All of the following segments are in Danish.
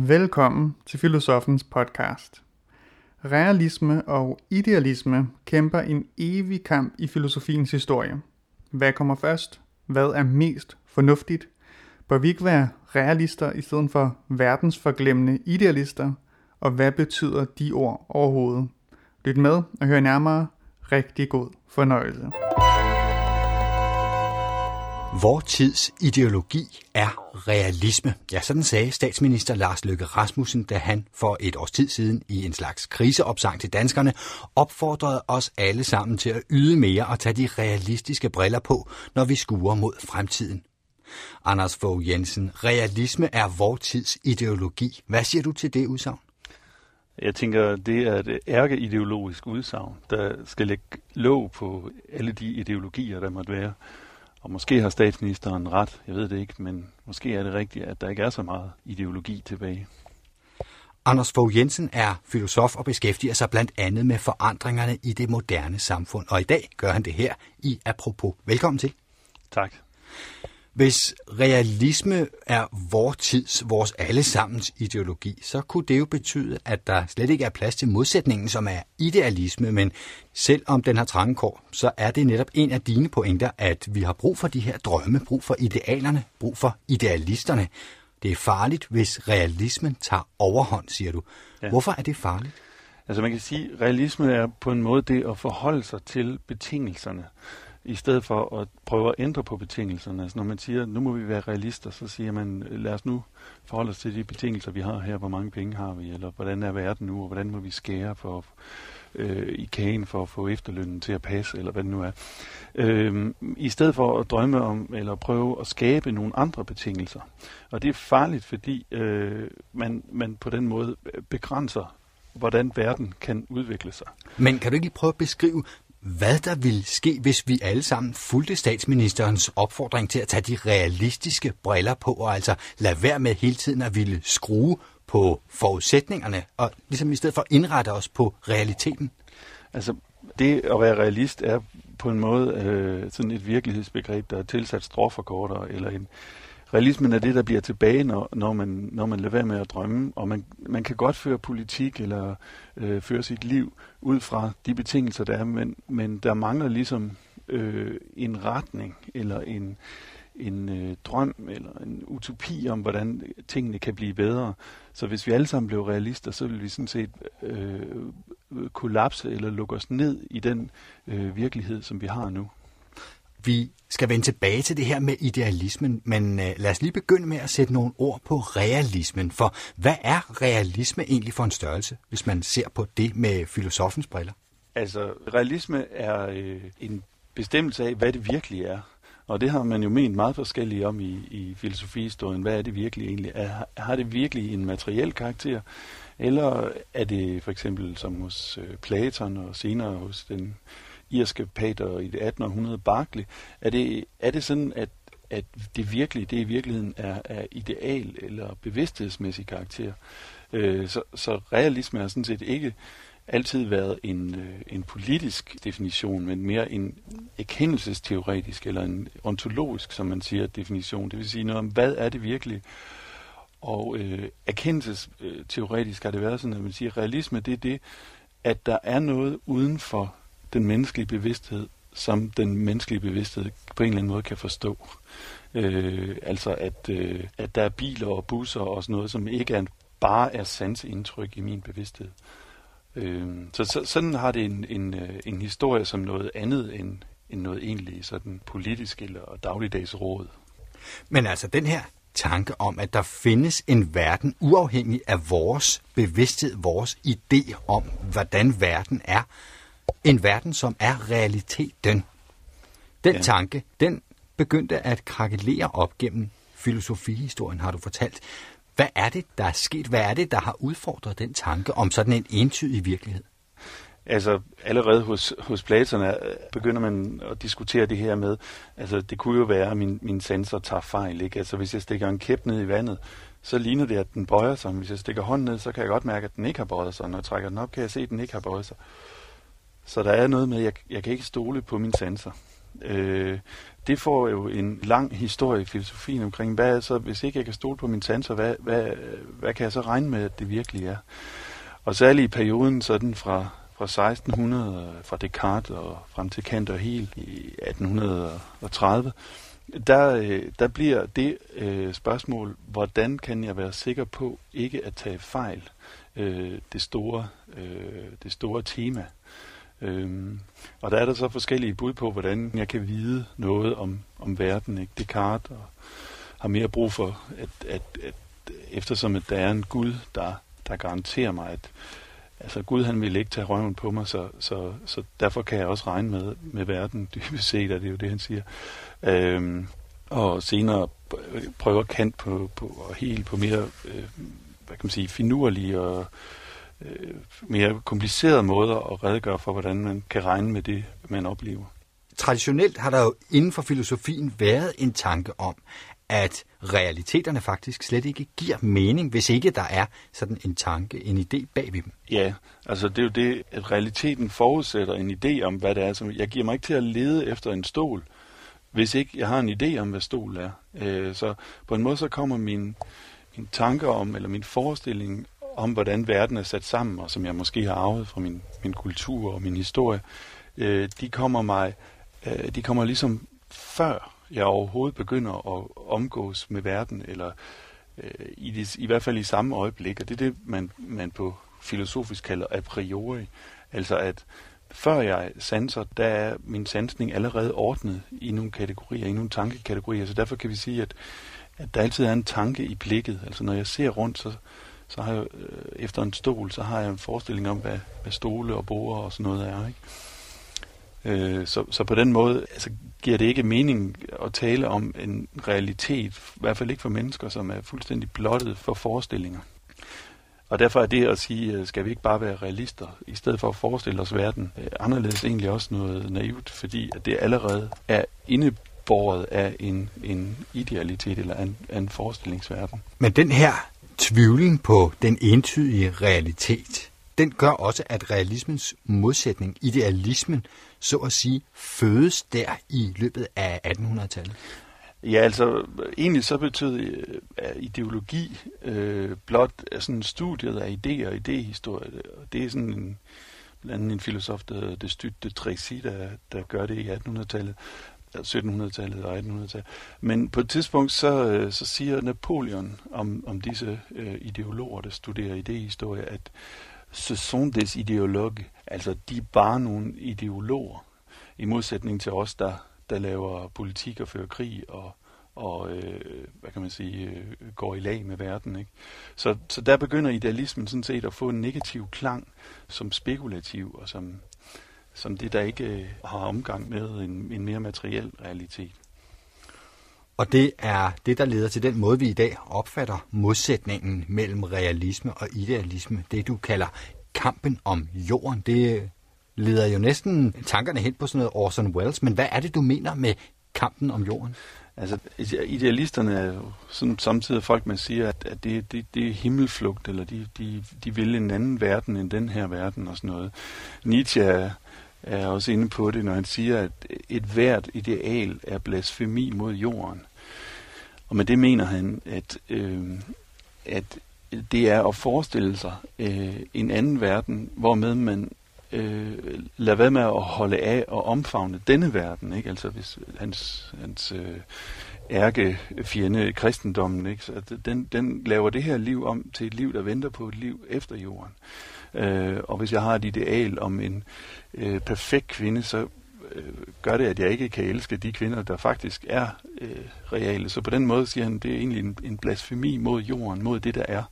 Velkommen til Filosofens podcast. Realisme og idealisme kæmper en evig kamp i filosofiens historie. Hvad kommer først? Hvad er mest fornuftigt? Bør vi ikke være realister i stedet for verdensforglemmende idealister? Og hvad betyder de ord overhovedet? Lyt med og hør nærmere. Rigtig god fornøjelse. Vor tids ideologi er realisme. Ja, sådan sagde statsminister Lars Løkke Rasmussen, da han for et års tid siden i en slags kriseopsang til danskerne opfordrede os alle sammen til at yde mere og tage de realistiske briller på, når vi skuer mod fremtiden. Anders Fogh Jensen, realisme er vor tids ideologi. Hvad siger du til det udsagn? Jeg tænker, det er et ærkeideologisk udsagn, der skal lægge låg på alle de ideologier, der måtte være. Og måske har statsministeren ret, jeg ved det ikke, men måske er det rigtigt, at der ikke er så meget ideologi tilbage. Anders Fogh Jensen er filosof og beskæftiger sig blandt andet med forandringerne i det moderne samfund. Og i dag gør han det her i Apropos. Velkommen til. Tak. Hvis realisme er vores allesammens ideologi, så kunne det jo betyde, at der slet ikke er plads til modsætningen, som er idealisme. Men selvom den har trange kår, så er det netop en af dine pointer, at vi har brug for de her drømme, brug for idealerne, brug for idealisterne. Det er farligt, hvis realismen tager overhånd, siger du. Ja. Hvorfor er det farligt? Altså man kan sige, at realisme er på en måde det at forholde sig til betingelserne, i stedet for at prøve at ændre på betingelserne. Altså når man siger, nu må vi være realister, så siger man, lad os nu forholde os til de betingelser, vi har her. Hvor mange penge har vi, eller hvordan er verden nu, og hvordan må vi skære i kagen for at få efterlønnen til at passe, eller hvad det nu er. I stedet for at drømme om, eller prøve at skabe nogle andre betingelser. Og det er farligt, fordi man på den måde begrænser, hvordan verden kan udvikle sig. Men kan du ikke lige prøve at beskrive, hvad der ville ske, hvis vi alle sammen fulgte statsministerens opfordring til at tage de realistiske briller på, og altså lade være med hele tiden at ville skrue på forudsætningerne, og ligesom i stedet for indrette os på realiteten? Altså, det at være realist er på en måde sådan et virkelighedsbegreb, der er tilsat stråforkortere, eller realismen er det, der bliver tilbage, når man lader være med at drømme, og man kan godt føre politik eller føre sit liv ud fra de betingelser, der er, men der mangler ligesom en retning eller en drøm eller en utopi om, hvordan tingene kan blive bedre. Så hvis vi alle sammen blev realister, så ville vi sådan set kollapse eller lukke os ned i den virkelighed, som vi har nu. Vi skal vende tilbage til det her med idealismen, men lad os lige begynde med at sætte nogle ord på realismen. For hvad er realisme egentlig for en størrelse, hvis man ser på det med filosofens briller? Altså, realisme er en bestemmelse af, hvad det virkelig er. Og det har man jo ment meget forskelligt om i filosofihistorien. Hvad er det virkelig egentlig? Har det virkelig en materiel karakter? Eller er det for eksempel som hos Platon og senere hos den irske pater i det 18. århundrede Berkeley, er det sådan, at det i virkeligheden er ideal eller bevidsthedsmæssig karakter. Så realisme har sådan set ikke altid været en politisk definition, men mere en erkendelsesteoretisk eller en ontologisk, som man siger, definition. Det vil sige noget om, hvad er det virkelig? Og erkendelsesteoretisk har det været sådan, at man siger, at realisme det er det, at der er noget uden for den menneskelige bevidsthed, som den menneskelige bevidsthed på en eller anden måde kan forstå. Altså at der er biler og busser og sådan noget, som ikke bare er sanseindtryk i min bevidsthed. Så sådan har det en historie som noget andet end noget egentlig sådan politisk eller dagligdags råd. Men altså den her tanke om, at der findes en verden uafhængig af vores bevidsthed, vores idé om, hvordan verden er, en verden, som er realiteten. Den tanke, den begyndte at krakelere op gennem filosofihistorien, har du fortalt. Hvad er det, der er sket? Hvad er det, der har udfordret den tanke om sådan en entydig virkelighed? Altså allerede hos Platon begynder man at diskutere det her med, altså det kunne jo være, at min sensor tager fejl, ikke? Altså hvis jeg stikker en kæp ned i vandet, så ligner det, at den bøjer sig. Hvis jeg stikker hånden ned, så kan jeg godt mærke, at den ikke har bøjet sig. Når jeg trækker den op, kan jeg se, at den ikke har bøjet sig. Så der er noget med, at jeg kan ikke stole på min sanser. Det får jo en lang historie i filosofien omkring, hvad er så, hvis ikke jeg kan stole på mine sanser, hvad kan jeg så regne med, at det virkelig er? Og særligt i perioden sådan fra 1600, fra Descartes og frem til Kant og Hegel i 1830, der bliver det spørgsmål, hvordan kan jeg være sikker på ikke at tage fejl, det store tema. Og der er der så forskellige bud på, hvordan jeg kan vide noget om verden. Ikke? Descartes har mere brug for, at eftersom at der er en Gud, der garanterer mig, at altså Gud han vil ikke tage røven på mig, så derfor kan jeg også regne med verden. Dybest set er det jo det, han siger. Og senere prøver Kant på og helt på mere, hvad kan man sige, finurlige og mere komplicerede måder at redegøre for, hvordan man kan regne med det, man oplever. Traditionelt har der jo inden for filosofien været en tanke om, at realiteterne faktisk slet ikke giver mening, hvis ikke der er sådan en tanke, en idé bag ved dem. Ja, altså det er jo det, at realiteten forudsætter en idé om, hvad det er. Som jeg giver mig ikke til at lede efter en stol, hvis ikke jeg har en idé om, hvad stol er. Så på en måde så kommer min tanker om, eller min forestilling om, hvordan verden er sat sammen, og som jeg måske har arvet fra min kultur og min historie, de kommer ligesom før jeg overhovedet begynder at omgås med verden, eller i hvert fald i samme øjeblik, og det er det, man på filosofisk kalder a priori. Altså at før jeg sanser, der er min sansning allerede ordnet i nogle kategorier, i nogle tankekategorier, så derfor kan vi sige, at der altid er en tanke i blikket. Altså når jeg ser rundt, så har jeg efter en stol, så har jeg en forestilling om, hvad stole og borde og sådan noget er, ikke? Så på den måde altså, giver det ikke mening at tale om en realitet, i hvert fald ikke for mennesker, som er fuldstændig blottet for forestillinger. Og derfor er det at sige, skal vi ikke bare være realister, i stedet for at forestille os verden, anderledes egentlig også noget naivt, fordi at det allerede er indebåret af en idealitet eller af en forestillingsverden. Men den her tvivlen på den entydige realitet, den gør også, at realismens modsætning, idealismen, så at sige, fødes der i løbet af 1800-tallet. Ja, altså egentlig så betød ideologi blot sådan studiet af idéer og idéhistorie. Det er sådan blandt andet en filosof, der Destutt de Tracy, der gør det i 1800-tallet, 1700-tallet og 1800-tallet. Men på et tidspunkt så siger Napoleon om disse ideologer, der studerer idéhistorie, at ce sont des idéologues, altså de er bare nogle ideologer, i modsætning til os, der laver politik og fører krig og hvad kan man sige, går i lag med verden, ikke? Så der begynder idealismen sådan set at få en negativ klang som spekulativ og som det, der ikke har omgang med en mere materiel realitet. Og det er det, der leder til den måde, vi i dag opfatter modsætningen mellem realisme og idealisme. Det, du kalder kampen om jorden, det leder jo næsten tankerne hen på sådan noget Orson Welles. Men hvad er det, du mener med kampen om jorden? Altså, idealisterne er jo sådan, samtidig folk, man siger, at det er himmelflugt, eller de vil en anden verden end den her verden og sådan noget. Nietzsche er også inde på det, når han siger, at et hvert ideal er blasfemi mod jorden. Og med det mener han, at det er at forestille sig en anden verden, hvormed man lader være med at holde af og omfavne denne verden, ikke? Altså hvis hans ærkefjende kristendommen, ikke? Så den laver det her liv om til et liv, der venter på et liv efter jorden. Og hvis jeg har et ideal om en perfekt kvinde, så gør det, at jeg ikke kan elske de kvinder, der faktisk er reale. Så på den måde siger han, det er egentlig en blasfemi mod jorden, mod det, der er.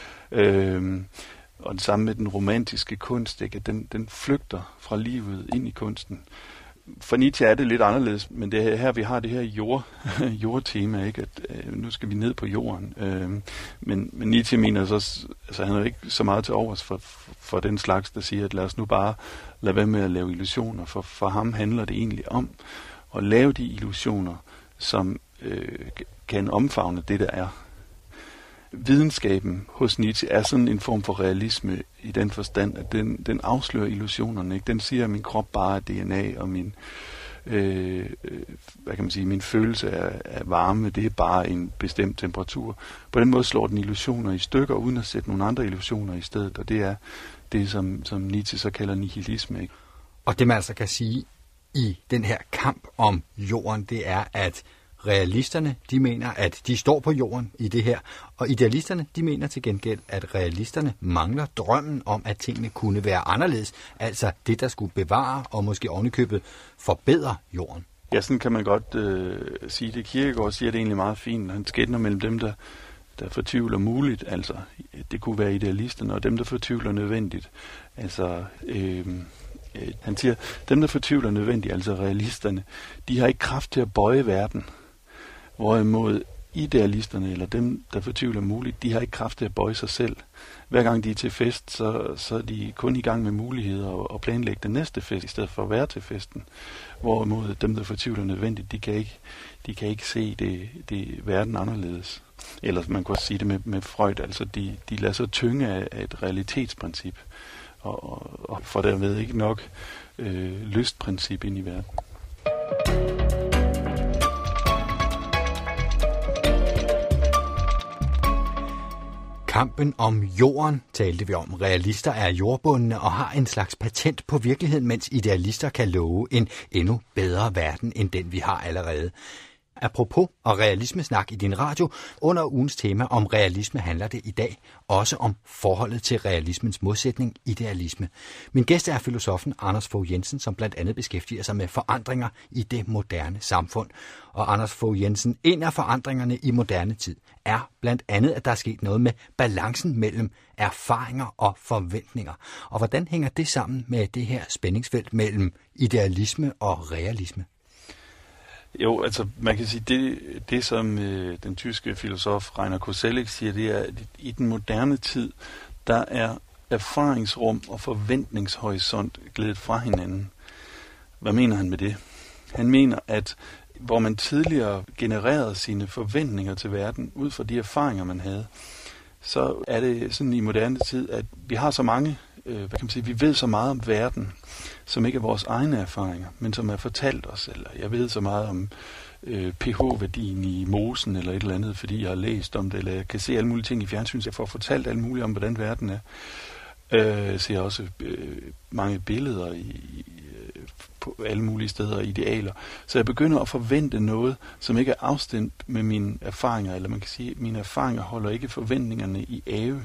Og det samme med den romantiske kunst, ikke? At den flygter fra livet ind i kunsten. For Nietzsche er det lidt anderledes, men det er her, vi har det her jordtema, ikke? At nu skal vi ned på jorden. Men Nietzsche mener så, altså han er ikke så meget til overs for den slags, der siger, at lad os nu bare lade være med at lave illusioner. For ham handler det egentlig om at lave de illusioner, som kan omfavne det, der er. Videnskaben hos Nietzsche er sådan en form for realisme i den forstand, at den afslører illusionerne, ikke? Den siger, at min krop bare er DNA, og min hvad kan man sige, min følelse af varme, det er bare en bestemt temperatur. På den måde slår den illusioner i stykker, uden at sætte nogle andre illusioner i stedet, og det er det, som Nietzsche så kalder nihilisme. Ikke? Og det man altså kan sige i den her kamp om jorden, det er, at realisterne, de mener, at de står på jorden i det her, og idealisterne, de mener til gengæld, at realisterne mangler drømmen om, at tingene kunne være anderledes, altså det, der skulle bevare og måske ovenikøbet forbedre jorden. Ja, sådan kan man godt sige det. Kierkegaard siger det egentlig meget fint. Han skelner mellem dem, der fortvivler muligt, altså det kunne være idealisterne, og dem, der fortvivler nødvendigt. Altså, han siger, dem, der fortvivler nødvendigt, altså realisterne, de har ikke kraft til at bøje verden. Hvorimod idealisterne, eller dem, der fortvivler muligt, de har ikke kraft til at bøje sig selv. Hver gang de er til fest, så er de kun i gang med muligheder og planlægge den næste fest, i stedet for at være til festen. Hvorimod dem, der fortvivler nødvendigt, de kan ikke se det verden anderledes. Eller man kunne også sige det med Freud, altså de lader sig tynge af et realitetsprincip, og får derved ikke nok lystprincip ind i verden. Kampen om jorden talte vi om. Realister er jordbundne og har en slags patent på virkeligheden, mens idealister kan love en endnu bedre verden end den, vi har allerede. Apropos og realismesnak i din radio, under ugens tema om realisme handler det i dag også om forholdet til realismens modsætning, idealisme. Min gæst er filosofen Anders Fogh Jensen, som blandt andet beskæftiger sig med forandringer i det moderne samfund. Og Anders Fogh Jensen, en af forandringerne i moderne tid er blandt andet, at der er sket noget med balancen mellem erfaringer og forventninger. Og hvordan hænger det sammen med det her spændingsfelt mellem idealisme og realisme? Jo, altså man kan sige, det som den tyske filosof Rainer Koselleck siger, det er, at i den moderne tid, der er erfaringsrum og forventningshorisont glædet fra hinanden. Hvad mener han med det? Han mener, at hvor man tidligere genererede sine forventninger til verden ud fra de erfaringer, man havde, så er det sådan i moderne tid, at vi har så mange, vi ved så meget om verden, som ikke er vores egne erfaringer, men som er fortalt os. Eller jeg ved så meget om pH-værdien i mosen eller et eller andet, fordi jeg har læst om det, eller jeg kan se alle mulige ting i fjernsyn, så jeg får fortalt alt muligt om, hvordan verden er. Jeg ser også mange billeder på alle mulige steder og idealer. Så jeg begynder at forvente noget, som ikke er afstemt med mine erfaringer, eller man kan sige, at mine erfaringer holder ikke forventningerne i ave.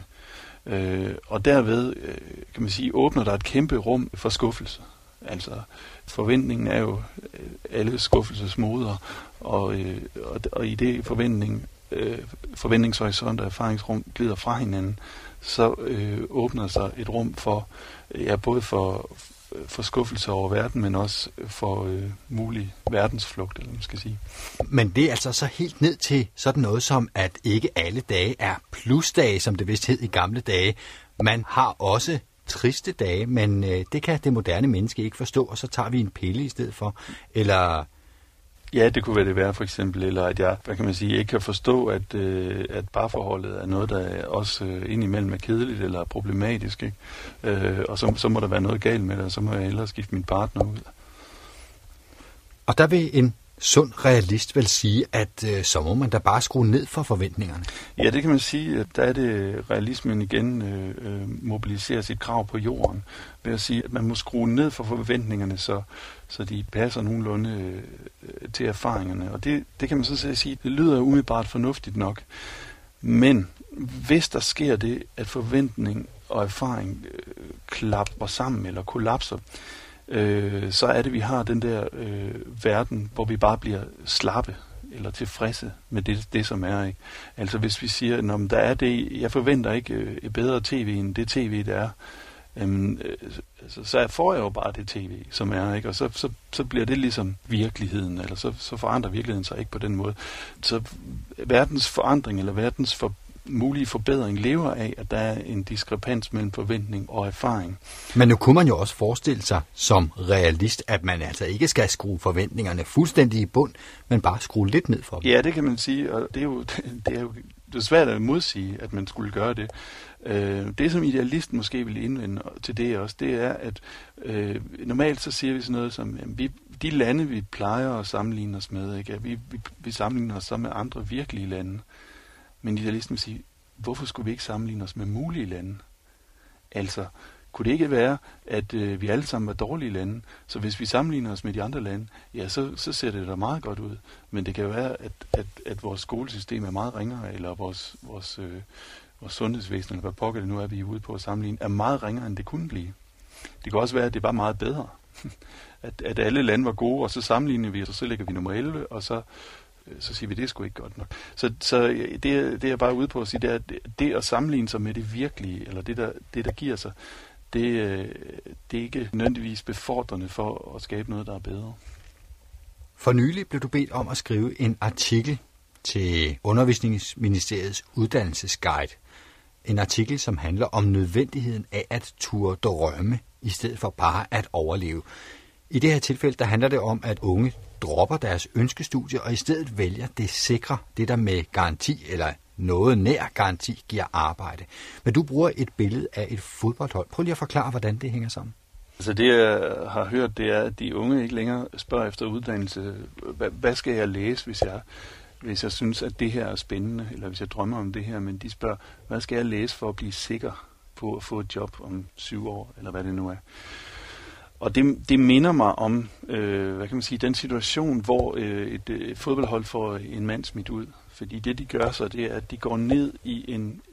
Og derved, kan man sige, åbner der et kæmpe rum for skuffelse. Altså, forventningen er jo alle skuffelsesmoder, og i det forventningshorisont og erfaringsrum glider fra hinanden, så åbner sig et rum for, både for skuffelse over verden, men også for mulig verdensflugt, eller man skal sige. Men det er altså så helt ned til sådan noget som, at ikke alle dage er plusdage, som det vist hed i gamle dage. Man har også triste dage, men det kan det moderne menneske ikke forstå, og så tager vi en pille i stedet for. Eller... Ja, det kunne være det værre for eksempel, eller at jeg, ikke kan forstå, at parforholdet er noget, der også indimellem er kedeligt eller problematisk, ikke? Og så må der være noget galt med det, og så må jeg hellere skifte min partner ud. Og der vil en sund realist vel sige, at så må man da bare skrue ned for forventningerne. Ja, det kan man sige, at der er det realismen igen mobiliserer sit krav på jorden, ved at sige, at man må skrue ned for forventningerne, så de passer nogenlunde til erfaringerne. Og det kan man så sige, det lyder umiddelbart fornuftigt nok. Men hvis der sker det, at forventning og erfaring klapper sammen eller kollapser, så er det, vi har den der verden, hvor vi bare bliver slappe eller tilfredse med det som er. Ikke? Altså hvis vi siger, der er det, jeg forventer ikke et bedre tv end det tv, der er, så får jeg jo bare det tv, som er, ikke? Og så bliver det ligesom virkeligheden, eller så forandrer virkeligheden sig ikke på den måde. Så verdens forandring eller verdens mulige forbedring lever af, at der er en diskrepans mellem forventning og erfaring. Men nu kunne man jo også forestille sig som realist, at man altså ikke skal skrue forventningerne fuldstændig i bund, men bare skrue lidt ned for dem. Ja, det kan man sige, og det er jo svært at modsige, at man skulle gøre det. Det, som idealisten måske vil indvende til det også, det er, at normalt så siger vi sådan noget som, de lande, vi plejer at sammenligne os med, ikke? Vi sammenligner os så med andre virkelige lande. Men idealisten vil sige, hvorfor skulle vi ikke sammenligne os med mulige lande? Altså, kunne det ikke være, at vi alle sammen var dårlige lande? Så hvis vi sammenligner os med de andre lande, ja, så ser det da meget godt ud. Men det kan jo være, at vores skolesystem er meget ringere, eller vores sundhedsvæsen, eller hvad pokker det nu er, vi er ude på at sammenligne, er meget ringere, end det kunne blive. Det kan også være, at det var meget bedre. at alle lande var gode, og så sammenligner vi, og så lægger vi nummer 11, og så siger vi, det er sgu ikke godt nok. Så det er bare ude på at sige, det at sammenligne sig med det virkelige, eller det der giver sig, det er ikke nødvendigvis befordrende for at skabe noget, der er bedre. For nylig blev du bedt om at skrive en artikel til Undervisningsministeriets uddannelsesguide. En artikel, som handler om nødvendigheden af at turde drømme, i stedet for bare at overleve. I det her tilfælde, der handler det om, at unge dropper deres ønskestudie og i stedet vælger det sikre, det der med garanti eller noget nær garanti giver arbejde. Men du bruger et billede af et fodboldhold. Prøv lige at forklare, hvordan det hænger sammen. Altså det, jeg har hørt, det er, at de unge ikke længere spørger efter uddannelse. Hvad skal jeg læse, hvis jeg synes, at det her er spændende, eller hvis jeg drømmer om det her, men de spørger, hvad skal jeg læse for at blive sikker på at få et job om 7 år, eller hvad det nu er. Og det minder mig om, hvad kan man sige, den situation, hvor et fodboldhold får en mand smidt ud. Fordi det, de gør så, det er, at de går ned i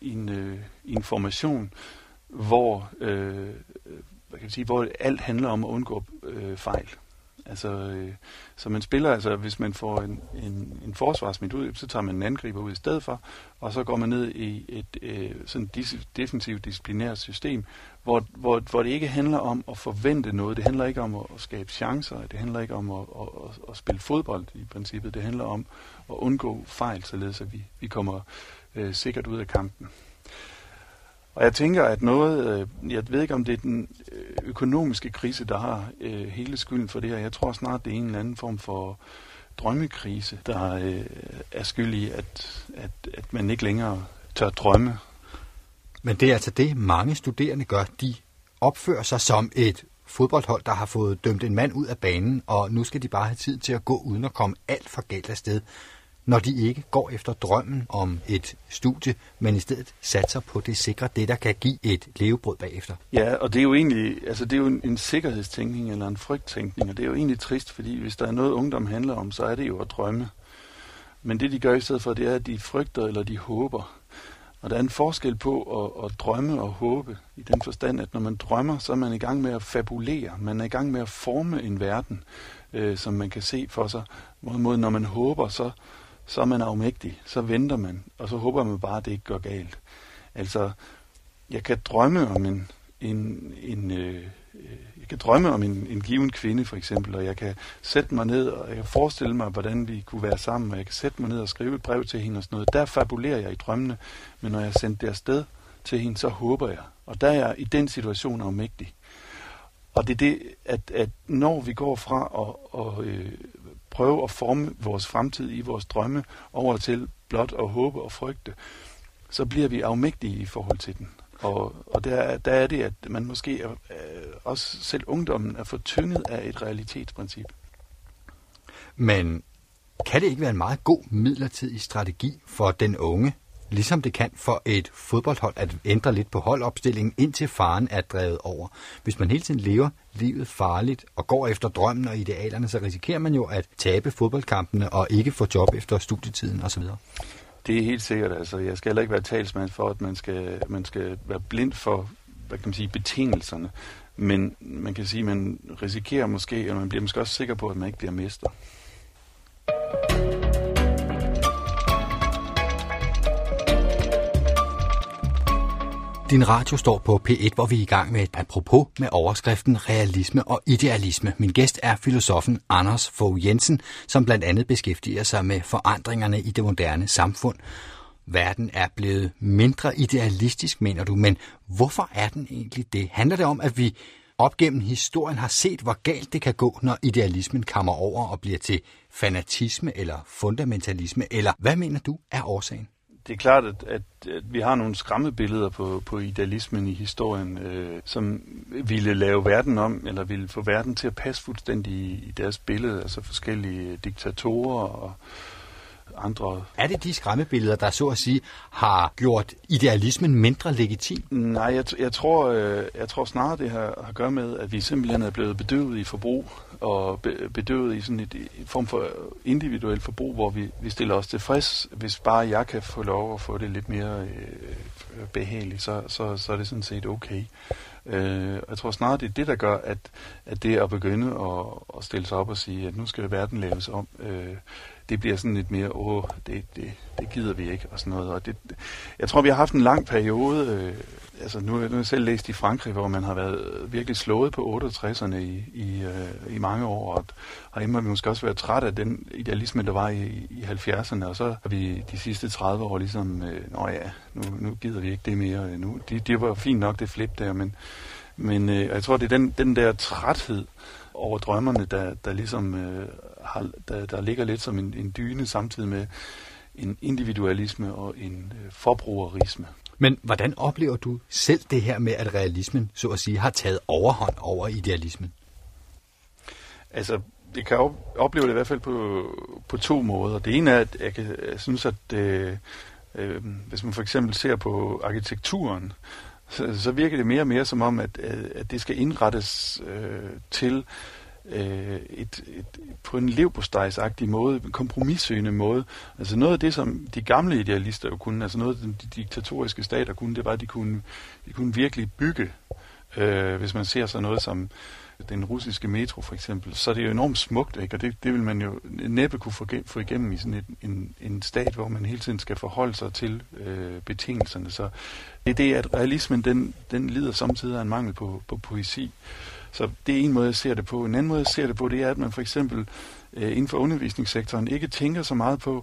en formation, hvor, hvad kan man sige, hvor alt handler om at undgå fejl. Altså, så man spiller, altså hvis man får en forsvar smidt ud, så tager man en angriber ud i stedet for, og så går man ned i et sådan defensivt disciplinært system, hvor det ikke handler om at forvente noget, det handler ikke om at skabe chancer, det handler ikke om at spille fodbold i princippet, det handler om at undgå fejl, således at vi kommer sikkert ud af kampen. Og jeg tænker, at jeg ved ikke, om det er den økonomiske krise, der har hele skylden for det her. Jeg tror snart, det er en eller anden form for drømmekrise, der er skyld i, at man ikke længere tør drømme. Men det er altså det, mange studerende gør. De opfører sig som et fodboldhold, der har fået dømt en mand ud af banen, og nu skal de bare have tid til at gå uden at komme alt for galt af sted, når de ikke går efter drømmen om et studie, men i stedet satser på det sikre, det der kan give et levebrød bagefter. Ja, og det er jo egentlig, altså det er jo en sikkerhedstænkning eller en frygttænkning, og det er jo egentlig trist, fordi hvis der er noget ungdom handler om, så er det jo at drømme. Men det de gør i stedet for, det er, at de frygter eller de håber. Og der er en forskel på at drømme og håbe, i den forstand, at når man drømmer, så er man i gang med at fabulere, man er i gang med at forme en verden, som man kan se for sig. Hvorimod når man håber, så er man afmægtig, så venter man, og så håber man bare, at det ikke går galt. Altså, jeg kan drømme om en given kvinde, for eksempel, og jeg kan sætte mig ned, og jeg kan forestille mig, hvordan vi kunne være sammen, og jeg kan sætte mig ned og skrive et brev til hende og sådan noget. Der fabulerer jeg i drømmene, men når jeg sendte det afsted til hende, så håber jeg. Og der er jeg i den situation afmægtig. Og det er det, at når vi går fra og prøve at forme vores fremtid i vores drømme over til blot at håbe og frygte, så bliver vi afmægtige i forhold til den. Og der er det, at man måske også selv ungdommen er fortynget af et realitetsprincip. Men kan det ikke være en meget god midlertidig strategi for den unge, ligesom det kan for et fodboldhold at ændre lidt på holdopstillingen, indtil faren er drevet over? Hvis man hele tiden lever livet farligt og går efter drømmen og idealerne, så risikerer man jo at tabe fodboldkampene og ikke få job efter studietiden osv. Det er helt sikkert. Altså, jeg skal heller ikke være talsmand for, at man skal være blind for, hvad kan man sige, betingelserne. Men man kan sige, at man risikerer måske, og man bliver måske også sikker på, at man ikke bliver mester. Din radio står på P1, hvor vi er i gang med et apropos med overskriften realisme og idealisme. Min gæst er filosofen Anders Fogh Jensen, som blandt andet beskæftiger sig med forandringerne i det moderne samfund. Verden er blevet mindre idealistisk, mener du, men hvorfor er den egentlig det? Handler det om, at vi op gennem historien har set, hvor galt det kan gå, når idealismen kommer over og bliver til fanatisme eller fundamentalisme, eller hvad mener du er årsagen? Det er klart, at vi har nogle skræmmebilleder på idealismen i historien, som ville lave verden om, eller ville få verden til at passe fuldstændig i deres billede, altså forskellige diktatorer og andre. Er det de skræmmebilleder, der så at sige har gjort idealismen mindre legitim? Nej, jeg tror snarere, det har at gøre med, at vi simpelthen er blevet bedøvet i forbrug, og bedøvet i sådan et form for individuelt forbrug, hvor vi stiller os tilfreds. Hvis bare jeg kan få lov at få det lidt mere behageligt, så er det sådan set okay. Jeg tror snarere, det er det, der gør, at det at begynde at stille sig op og sige, at nu skal verden laves om, det bliver sådan lidt mere, det gider vi ikke, og sådan noget. Og jeg tror, vi har haft en lang periode, altså nu har jeg selv læst i Frankrig, hvor man har været virkelig slået på 68'erne i mange år, og herhjemme har vi måske også været træt af den idealisme, der var i 70'erne, og så har vi de sidste 30 år ligesom, nu gider vi ikke det mere. Det var fint nok, det flip der, men jeg tror, det er den der træthed over drømmerne, der ligesom der ligger lidt som en dyne, samtidig med en individualisme og en forbrugerisme. Men hvordan oplever du selv det her med, at realismen, så at sige, har taget overhånd over idealismen? Altså, jeg kan opleve det i hvert fald på to måder. Det ene er, at jeg synes, at hvis man for eksempel ser på arkitekturen, så virker det mere og mere som om, at det skal indrettes til på en leverpostejsagtig måde, en kompromissøgende måde. Altså noget af det, som de gamle idealister jo kunne, altså noget af de diktatoriske stater kunne, det var, at de kunne virkelig bygge. Hvis man ser så noget som den russiske metro for eksempel, så er det jo enormt smukt, ikke? Og det vil man jo næppe kunne få igennem i sådan en stat, hvor man hele tiden skal forholde sig til betingelserne. Så det er det, at realismen, den lider samtidig af en mangel på poesi. Så det er en måde, jeg ser det på. En anden måde, jeg ser det på, det er, at man for eksempel inden for undervisningssektoren ikke tænker så meget på,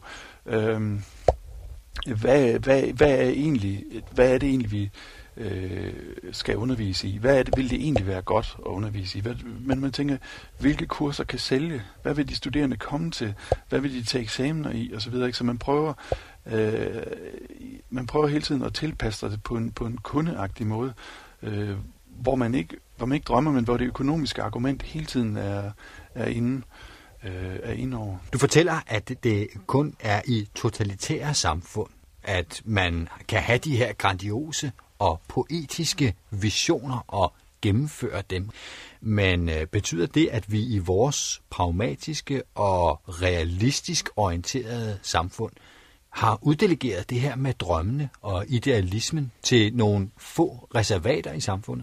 hvad er det egentlig, vi skal undervise i? Vil det egentlig være godt at undervise i? Men man tænker, hvilke kurser kan sælge? Hvad vil de studerende komme til? Hvad vil de tage eksamener i? Og så videre. Så man prøver hele tiden at tilpasse det på en kundeagtig måde, hvor man ikke drømmer, men hvor det økonomiske argument hele tiden er inde over. Du fortæller, at det kun er i totalitære samfund, at man kan have de her grandiose og poetiske visioner og gennemføre dem. Men betyder det, at vi i vores pragmatiske og realistisk orienterede samfund har uddelegeret det her med drømmene og idealismen til nogle få reservater i samfundet?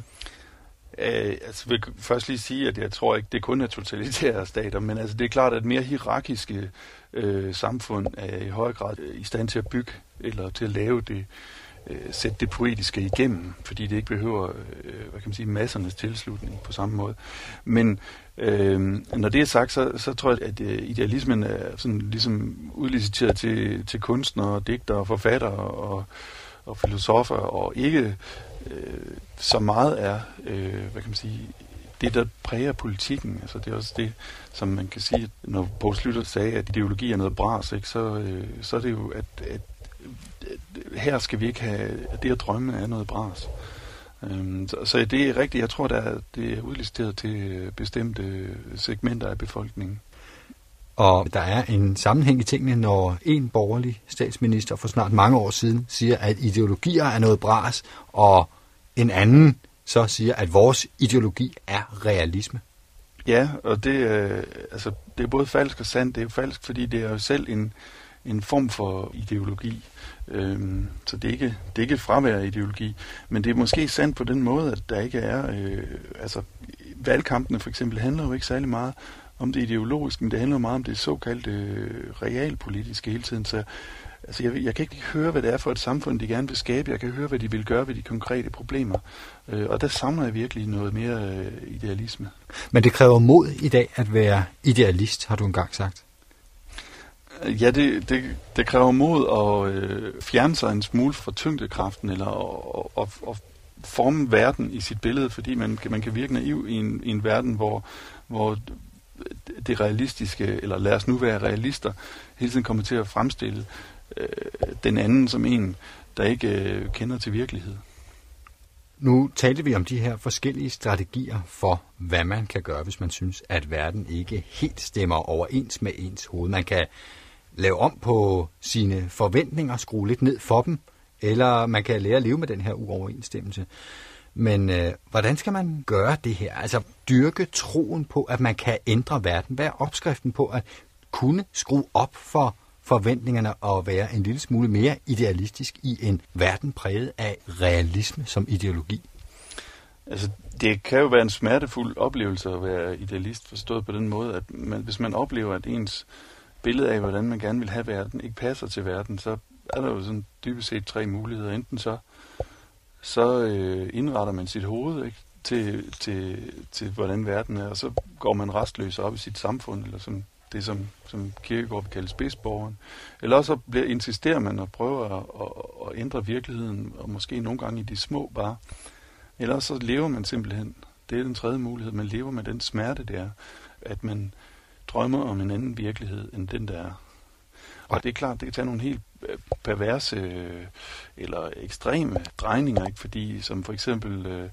Altså vil jeg først lige sige, at jeg tror ikke, det kun er totalitære stater, men altså det er klart, at mere hierarkiske samfund er i høj grad i stand til at bygge eller til at lave det, sætte det poetiske igennem, fordi det ikke behøver, massernes tilslutning på samme måde. Men når det er sagt, så tror jeg, at idealismen er sådan ligesom udliciteret til kunstnere, digtere, forfattere og filosofer, og ikke så meget er, det, der præger politikken. Altså det er også det, som man kan sige, når Poul Schlüter sagde, at ideologi er noget bras, ikke? Så er det jo, at her skal vi ikke have, at det at drømme er noget bras. Så det er rigtigt. Jeg tror, det er udliciteret til bestemte segmenter af befolkningen. Og der er en sammenhæng i tingene, når en borgerlig statsminister for snart mange år siden siger, at ideologier er noget bras, og en anden så siger, at vores ideologi er realisme. Ja, og det er både falsk og sandt. Det er jo falsk, fordi det er jo selv en form for ideologi. Så det er ikke et fravær af ideologi, men det er måske sandt på den måde, at der ikke er... valgkampene for eksempel handler jo ikke særlig meget om det ideologiske, men det handler meget om det såkaldte realpolitiske hele tiden. Så altså, jeg kan ikke høre, hvad det er for et samfund, de gerne vil skabe. Jeg kan høre, hvad de vil gøre ved de konkrete problemer. Og der savner jeg virkelig noget mere idealisme. Men det kræver mod i dag at være idealist, har du engang sagt. Ja, det kræver mod at fjerne sig en smule fra tyngdekraften, eller at forme verden i sit billede, fordi man kan virke naiv i en verden, hvor det realistiske, eller lad os nu være realister, hele tiden kommer til at fremstille den anden som en, der ikke kender til virkelighed. Nu talte vi om de her forskellige strategier for, hvad man kan gøre, hvis man synes, at verden ikke helt stemmer overens med ens hoved. Man kan lave om på sine forventninger, skrue lidt ned for dem, eller man kan lære at leve med den her uoverensstemmelse. Men hvordan skal man gøre det her? Altså dyrke troen på, at man kan ændre verden. Hvad er opskriften på at kunne skrue op for forventningerne og være en lille smule mere idealistisk i en verden præget af realisme som ideologi? Altså, det kan jo være en smertefuld oplevelse at være idealist, forstået på den måde, at hvis man oplever, at ens billede af, hvordan man gerne vil have verden, ikke passer til verden, så er der jo sådan dybest set 3 muligheder. Enten så indretter man sit hoved ikke, til hvordan verden er, og så går man restløs op i sit samfund, eller som Kierkegaard vil kalde spidsborgeren. Eller også insisterer man og prøver at ændre virkeligheden, og måske nogle gange i de små bare. Eller så lever man simpelthen. Det er den 3. mulighed. Man lever med den smerte, det er, at man drømmer om en anden virkelighed, end den der er. Og det er klart, det kan tage nogle helt perverse eller ekstreme drejninger, ikke? Fordi som for eksempel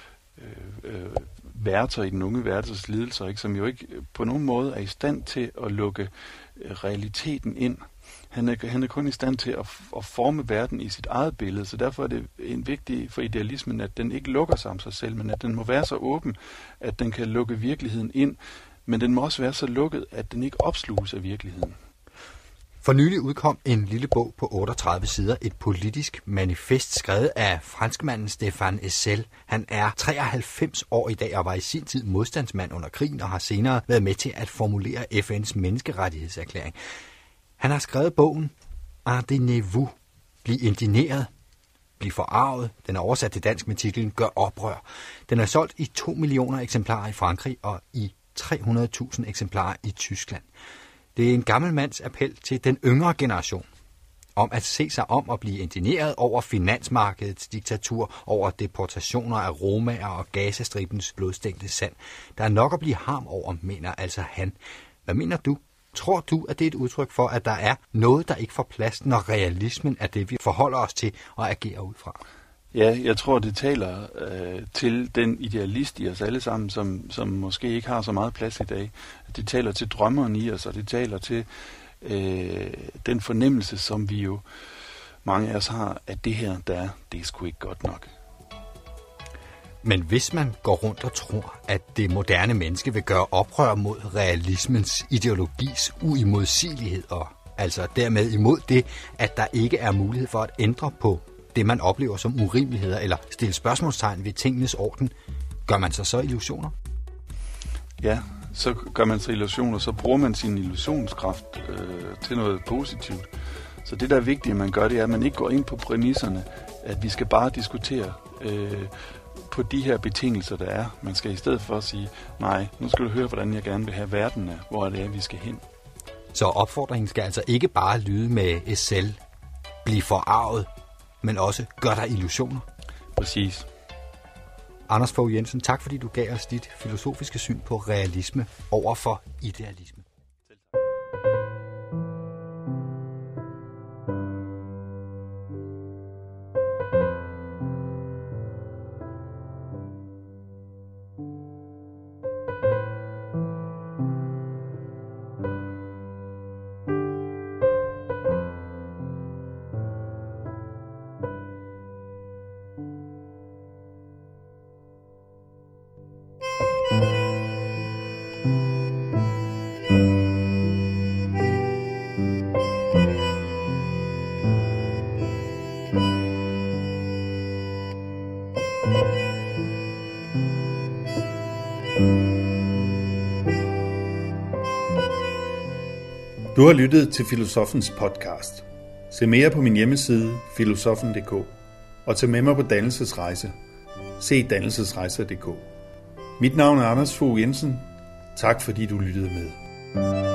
Werther i den unge Werthers lidelser, ikke? Som jo ikke på nogen måde er i stand til at lukke realiteten ind. Han er kun i stand til at forme verden i sit eget billede, så derfor er det vigtigt for idealismen, at den ikke lukker sig om sig selv, men at den må være så åben, at den kan lukke virkeligheden ind, men den må også være så lukket, at den ikke opsluges af virkeligheden. For nylig udkom en lille bog på 38 sider, et politisk manifest skrevet af franskmanden Stéphane Hessel. Han er 93 år i dag og var i sin tid modstandsmand under krigen og har senere været med til at formulere FN's menneskerettighedserklæring. Han har skrevet bogen Indignez-vous, bliv indigneret, bliv forarvet. Den er oversat til dansk med titlen Gør oprør. Den er solgt i 2 millioner eksemplarer i Frankrig og i 300.000 eksemplarer i Tyskland. Det er en gammel mands appel til den yngre generation om at se sig om og blive indigneret over finansmarkedets diktatur, over deportationer af romaer og Gazastribens blodstænkte sand. Der er nok at blive harm over, mener altså han. Hvad mener du? Tror du, at det er et udtryk for, at der er noget, der ikke får plads, når realismen er det, vi forholder os til og agerer ud fra? Ja, jeg tror, det taler til den idealist i os alle sammen, som måske ikke har så meget plads i dag. Det taler til drømmeren i os, og det taler til den fornemmelse, som vi jo mange af os har, at det her, det er sgu ikke godt nok. Men hvis man går rundt og tror, at det moderne menneske vil gøre oprør mod realismens ideologis uimodsigelighed, og altså dermed imod det, at der ikke er mulighed for at ændre på det, man oplever som urimeligheder, eller stille spørgsmålstegn ved tingenes orden, gør man sig så illusioner? Ja, så gør man sig illusioner, så bruger man sin illusionskraft til noget positivt. Så det, der er vigtigt, at man gør, det er, at man ikke går ind på præmisserne, at vi skal bare diskutere på de her betingelser, der er. Man skal i stedet for at sige, nej, nu skal du høre, hvordan jeg gerne vil have verden er, hvor det er, vi skal hen. Så opfordringen skal altså ikke bare lyde med selv, blive forarvet, men også gør dig illusioner. Præcis. Anders Fogh Jensen, tak fordi du gav os dit filosofiske syn på realisme over for idealisme. Du har lyttet til Filosofens podcast. Se mere på min hjemmeside filosofen.dk og tag med mig på dannelsesrejse. Se dannelsesrejser.dk. Mit navn er Anders Fogh Jensen. Tak fordi du lyttede med.